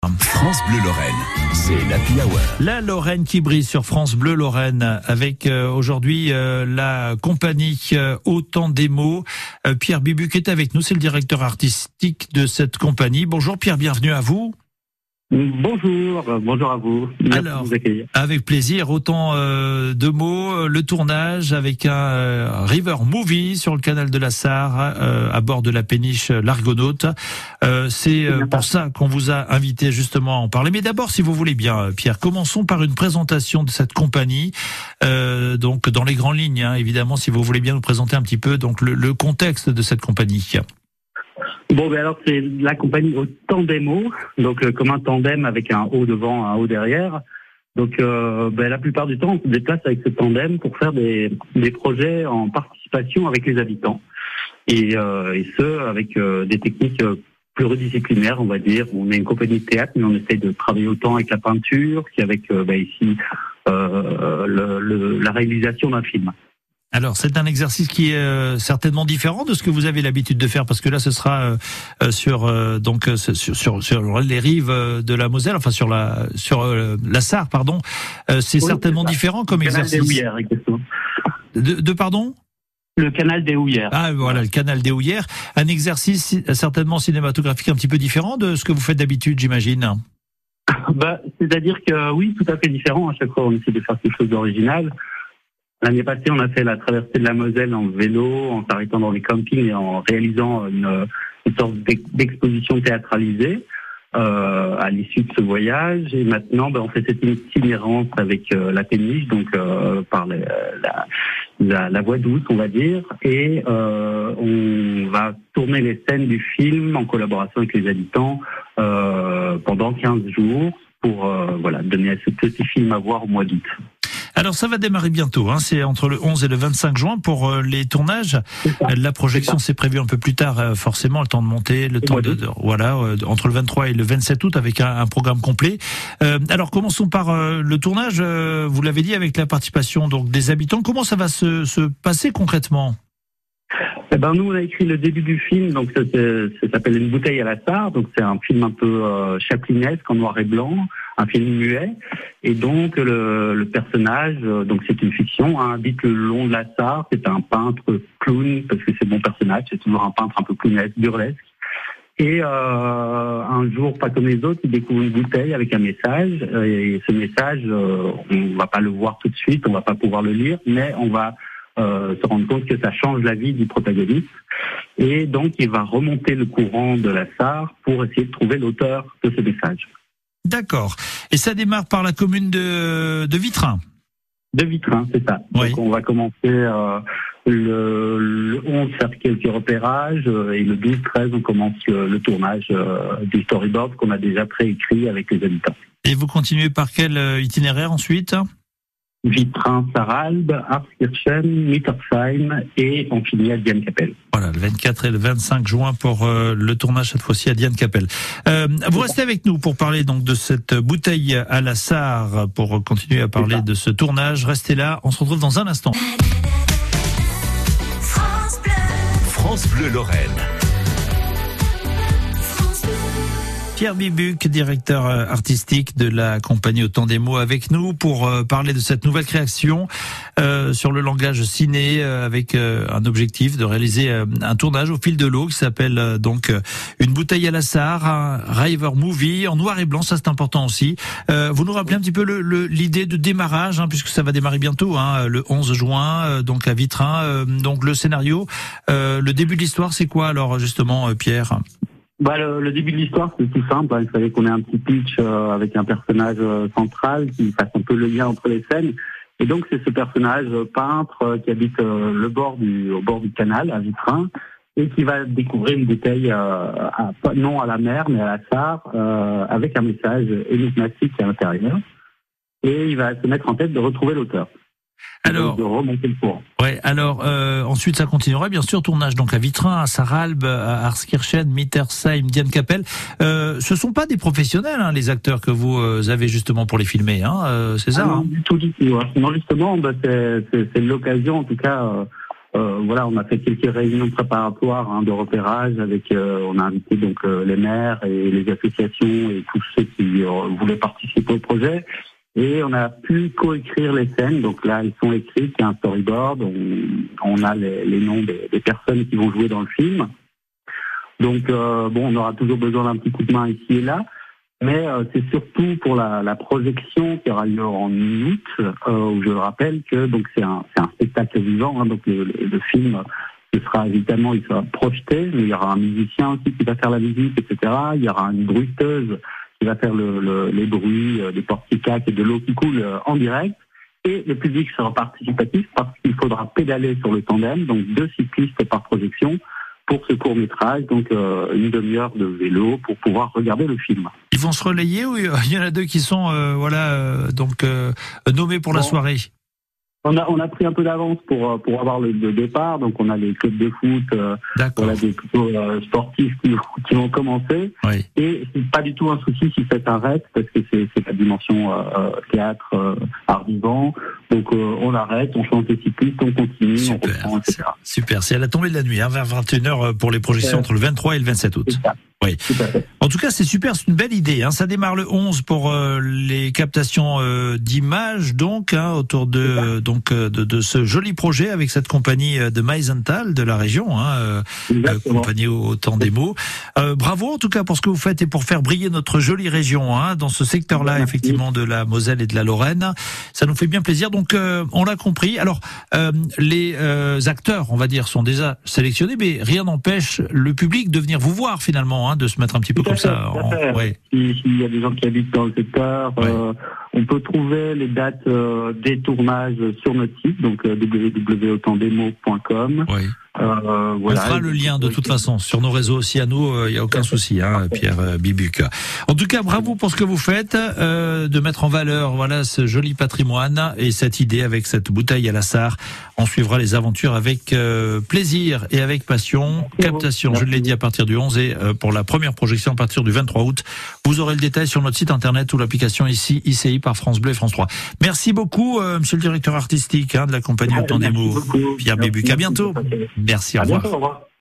France Bleu Lorraine, c'est l'Happy Hour. La Lorraine qui brille sur France Bleu Lorraine avec aujourd'hui la compagnie Autant des mots. Pierre Bibuc est avec nous, c'est le directeur artistique de cette compagnie. Bonjour Pierre, bienvenue à vous. Bonjour à vous. Merci Alors, de vous accueillir. avec plaisir, Autant de mots, le tournage avec un river movie sur le canal de la Sarre à bord de la péniche l'Argonaute. C'est pour ça qu'on vous a invité justement à en parler. Mais d'abord, si vous voulez bien, Pierre, commençons par une présentation de cette compagnie. Donc dans les grandes lignes, hein, évidemment, si vous voulez bien nous présenter un petit peu donc le contexte de cette compagnie. Bon, ben alors c'est la compagnie Autant des mots, donc comme un tandem avec un haut devant, un haut derrière. Donc la plupart du temps, on se déplace avec ce tandem pour faire des projets en participation avec les habitants. Et ce, avec des techniques pluridisciplinaires, on va dire. On est une compagnie de théâtre, mais on essaye de travailler autant avec la peinture qu'avec ici la réalisation d'un film. Alors, c'est un exercice qui est certainement différent de ce que vous avez l'habitude de faire, parce que là, ce sera sur les rives de la Moselle, enfin sur la Sarre, pardon. C'est certainement différent comme exercice. Le canal des Houillères, exactement. Pardon ? Le canal des Houillères. Ah, voilà, le canal des Houillères. Un exercice certainement cinématographique un petit peu différent de ce que vous faites d'habitude, j'imagine. C'est-à-dire que oui, tout à fait différent. À chaque fois, on essaie de faire quelque chose d'original. L'année passée, on a fait la traversée de la Moselle en vélo, en s'arrêtant dans les campings et en réalisant une sorte d'exposition théâtralisée à l'issue de ce voyage. Et maintenant, on fait cette itinérance avec la péniche, donc par la voie douce, on va dire. Et on va tourner les scènes du film en collaboration avec les habitants pendant 15 jours pour donner ce petit film à voir au mois d'août. Alors ça va démarrer bientôt, hein. C'est entre le 11 et le 25 juin pour les tournages. La projection c'est prévu un peu plus tard, forcément, le temps de monter, le temps entre le 23 et le 27 août avec un programme complet. Alors commençons par le tournage, vous l'avez dit, avec la participation donc des habitants. Comment ça va se passer concrètement ? Nous, on a écrit le début du film, donc ça s'appelle Une bouteille à la Sarre, donc c'est un film un peu chaplinesque en noir et blanc, un film muet, et donc le personnage, donc c'est une fiction, habite le long de la Sarre, c'est un peintre clown, parce que c'est mon personnage, c'est toujours un peintre un peu clownesque, burlesque, et un jour, pas comme les autres, il découvre une bouteille avec un message, et ce message, on va pas le voir tout de suite, on va pas pouvoir le lire, mais on va se rendre compte que ça change la vie du protagoniste. Et donc, il va remonter le courant de la Sarre pour essayer de trouver l'auteur de ce message. D'accord. Et ça démarre par la commune de Vitrain. De Vitrain, c'est ça. Oui. Donc, on va commencer le 11, faire quelques repérages, et le 12-13, on commence le tournage du storyboard qu'on a déjà préécrit avec les habitants. Et vous continuez par quel itinéraire ensuite ? Vitrain, Sarralbe, Arskirchen, Mittersheim et on finit à Diane-Capelle. Voilà, le 24 et le 25 juin pour le tournage cette fois-ci à Diane-Capelle. Vous restez avec nous pour parler donc de cette bouteille à la Sarre, pour continuer à parler de ce tournage. Restez là, on se retrouve dans un instant. France Bleu Lorraine. Pierre Bibuc, directeur artistique de la compagnie Autant des mots, avec nous pour parler de cette nouvelle création sur le langage ciné, avec un objectif de réaliser un tournage au fil de l'eau qui s'appelle donc Une bouteille à la Sarre, un river movie en noir et blanc, ça c'est important aussi. Vous nous rappelez un petit peu l'idée de démarrage, puisque ça va démarrer bientôt, le 11 juin, donc à Vitrain. Donc le scénario, le début de l'histoire, c'est quoi alors justement, Pierre ? Le début de l'histoire, c'est tout simple. Il fallait qu'on ait un petit pitch avec un personnage central qui fasse un peu le lien entre les scènes. Et donc, c'est ce personnage peintre qui habite au bord du canal, à Vitrain, et qui va découvrir une bouteille, non à la mer, mais à la Sarre, avec un message énigmatique à l'intérieur. Et il va se mettre en tête de retrouver l'auteur. Alors, de remonter le courant. Ouais. Alors ensuite, ça continuera bien sûr. Tournage donc à Vitrain, à Sarralbe, à Arskirchen, Mittersheim, Diane-Capelle. Ce sont pas des professionnels, les acteurs que vous avez justement pour les filmer, c'est ça. Non, du tout. Non, justement, c'est l'occasion, en tout cas, Voilà, on a fait quelques réunions préparatoires de repérage avec, on a invité donc les maires et les associations et tous ceux qui voulaient participer au projet. Et on a pu coécrire les scènes. Donc là, elles sont écrites, il y a un storyboard, on a les noms des personnes qui vont jouer dans le film. Donc on aura toujours besoin d'un petit coup de main ici et là. Mais c'est surtout pour la projection qui aura lieu en août, où je le rappelle que donc c'est un spectacle vivant, donc le film sera projeté, mais il y aura un musicien aussi qui va faire la musique, etc. Il y aura une bruiteuse qui va faire les bruits des porticaques et de l'eau qui coule en direct. Et le public sera participatif parce qu'il faudra pédaler sur le tandem, donc 2 cyclistes par projection pour ce court-métrage, donc une demi-heure de vélo pour pouvoir regarder le film. Ils vont se relayer ou il y en a 2 qui sont nommés pour la soirée? On a pris un peu d'avance pour avoir le départ, donc on a les clubs de foot, des sportifs qui vont commencer. Oui. Et c'est pas du tout un souci si ça s'arrête parce que c'est la dimension théâtre, art vivant. Donc on arrête, on change les cyclistes, on continue, on reprend, etc. Super, c'est à la tombée de la nuit, vers 21h pour les projections entre le 23 et le 27 août. Oui. En tout cas, c'est super, c'est une belle idée. Ça démarre le 11 pour les captations d'images, donc autour de ce joli projet avec cette compagnie de Meisenthal de la région, compagnie au temps des mots. Bravo en tout cas pour ce que vous faites et pour faire briller notre jolie région dans ce secteur-là, effectivement, de la Moselle et de la Lorraine. Ça nous fait bien plaisir. Donc, on l'a compris. Alors, les acteurs, on va dire, sont déjà sélectionnés, mais rien n'empêche le public de venir vous voir finalement. De se mettre un petit peu comme ça. S'il y a des gens qui habitent dans le secteur, on peut trouver les dates des tournages sur notre site, donc www.autantdesmots.com. On fera le lien de toute façon sur nos réseaux aussi à nous, il n'y a aucun souci, Pierre Bibuc. En tout cas, bravo pour ce que vous faites, de mettre en valeur ce joli patrimoine et cette idée avec cette bouteille à la Sarre. On suivra les aventures avec plaisir et avec passion. Captation, je l'ai dit, à partir du 11 et pour la première projection à partir du 23 août. Vous aurez le détail sur notre site internet ou l'application ici, ICI par France Bleu et France 3. Merci beaucoup, monsieur le directeur artistique de la compagnie Au Temps des Mots, Pierre Bibuc. À bientôt. Merci, au revoir.